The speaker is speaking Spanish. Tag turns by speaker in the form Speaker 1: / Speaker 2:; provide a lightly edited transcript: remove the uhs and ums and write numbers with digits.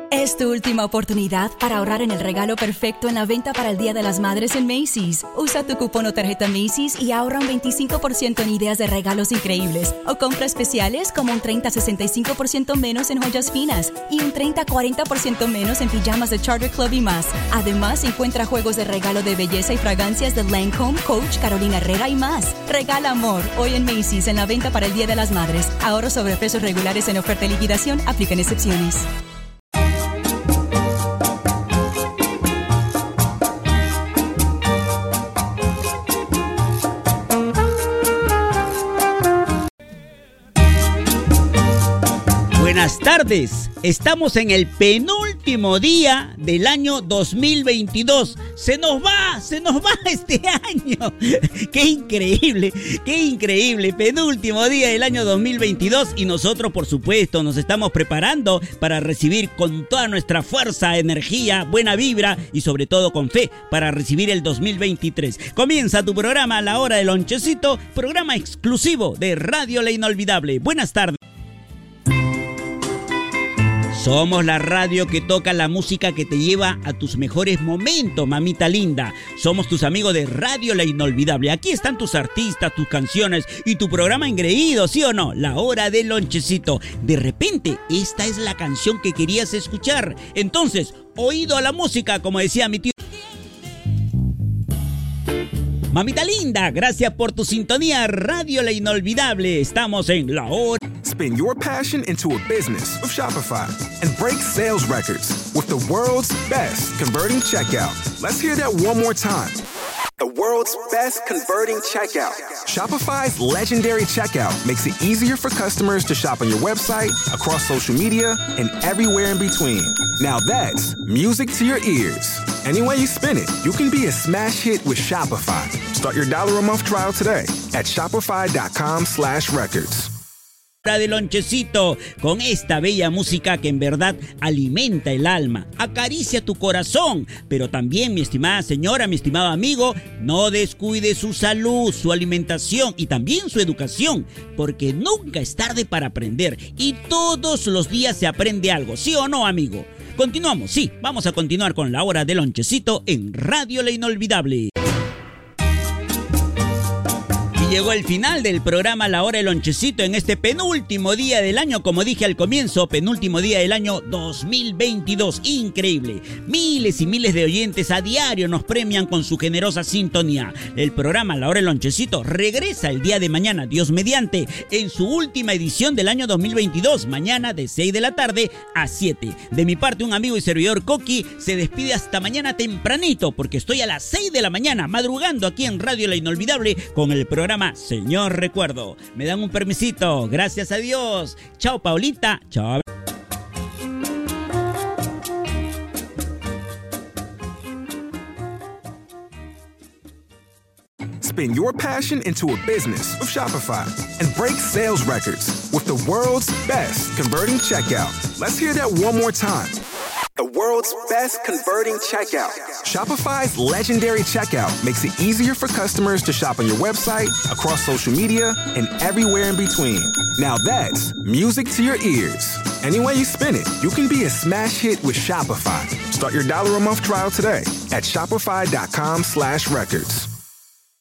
Speaker 1: Es tu última oportunidad para ahorrar en el regalo perfecto en la venta para el Día de las Madres en Macy's. Usa tu cupón o tarjeta Macy's y ahorra un 25% en ideas de regalos increíbles o compras especiales como un 30-65% menos en joyas finas y un 30-40% menos en pijamas de Charter Club y más. Además, encuentra juegos de regalo de belleza y fragancias de Lancôme, Coach, Carolina Herrera y más. Regala amor hoy en Macy's en la venta para el Día de las Madres. Ahorro sobre precios regulares en oferta y liquidación. Aplican excepciones.
Speaker 2: Buenas tardes, estamos en el penúltimo día del año 2022. Se nos va este año. Qué increíble, penúltimo día del año 2022 y nosotros por supuesto nos estamos preparando para recibir con toda nuestra fuerza, energía, buena vibra y sobre todo con fe para recibir el 2023. Comienza tu programa La Hora del Lonchecito, programa exclusivo de Radio La Inolvidable. Buenas tardes. Somos la radio que toca la música que te lleva a tus mejores momentos, mamita linda. Somos tus amigos de Radio La Inolvidable. Aquí están tus artistas, tus canciones y tu programa engreído, ¿sí o no? La Hora del Lonchecito. De repente, esta es la canción que querías escuchar. Entonces, oído a la música, como decía mi tío. Mamita linda, gracias por tu sintonía. Radio La Inolvidable. Estamos en La Hora.
Speaker 3: Spin your passion into a business with Shopify and break sales records with the world's best converting checkout. Let's hear that one more time. The world's best converting checkout. Shopify's legendary checkout makes it easier for customers to shop on your website, across social media, and everywhere in between. Now that's music to your ears. Any way you spin it, you can be a smash hit with Shopify. Start your $1 a month trial today at shopify.com/records.
Speaker 2: De lonchecito con esta bella música que en verdad alimenta el alma, acaricia tu corazón, pero también, mi estimada señora, mi estimado amigo, no descuide su salud, su alimentación y también su educación, porque nunca es tarde para aprender y todos los días se aprende algo, ¿sí o no, amigo? Continuamos, sí, vamos a continuar con La Hora del Lonchecito en Radio La Inolvidable. Llegó el final del programa La Hora del Lonchecito en este penúltimo día del año, como dije al comienzo, penúltimo día del año 2022. Increíble. Miles y miles de oyentes a diario nos premian con su generosa sintonía. El programa La Hora del Lonchecito regresa el día de mañana, Dios mediante, en su última edición del año 2022, mañana de 6 de la tarde a 7. De mi parte, un amigo y servidor Coqui se despide hasta mañana tempranito, porque estoy a las 6 de la mañana madrugando aquí en Radio La Inolvidable con el programa Señor Recuerdo. Me dan un permisito, gracias a Dios. Chao, Paulita. Chao.
Speaker 3: Spin your passion into a business with Shopify and break sales records with the world's best converting checkout. Let's hear that one more time. The world's best converting checkout. Shopify's legendary checkout makes it easier for customers to shop on your website, across social media, and everywhere in between. Now that's music to your ears. Any way you spin it, you can be a smash hit with Shopify. Start your $1 a month trial today at shopify.com/records.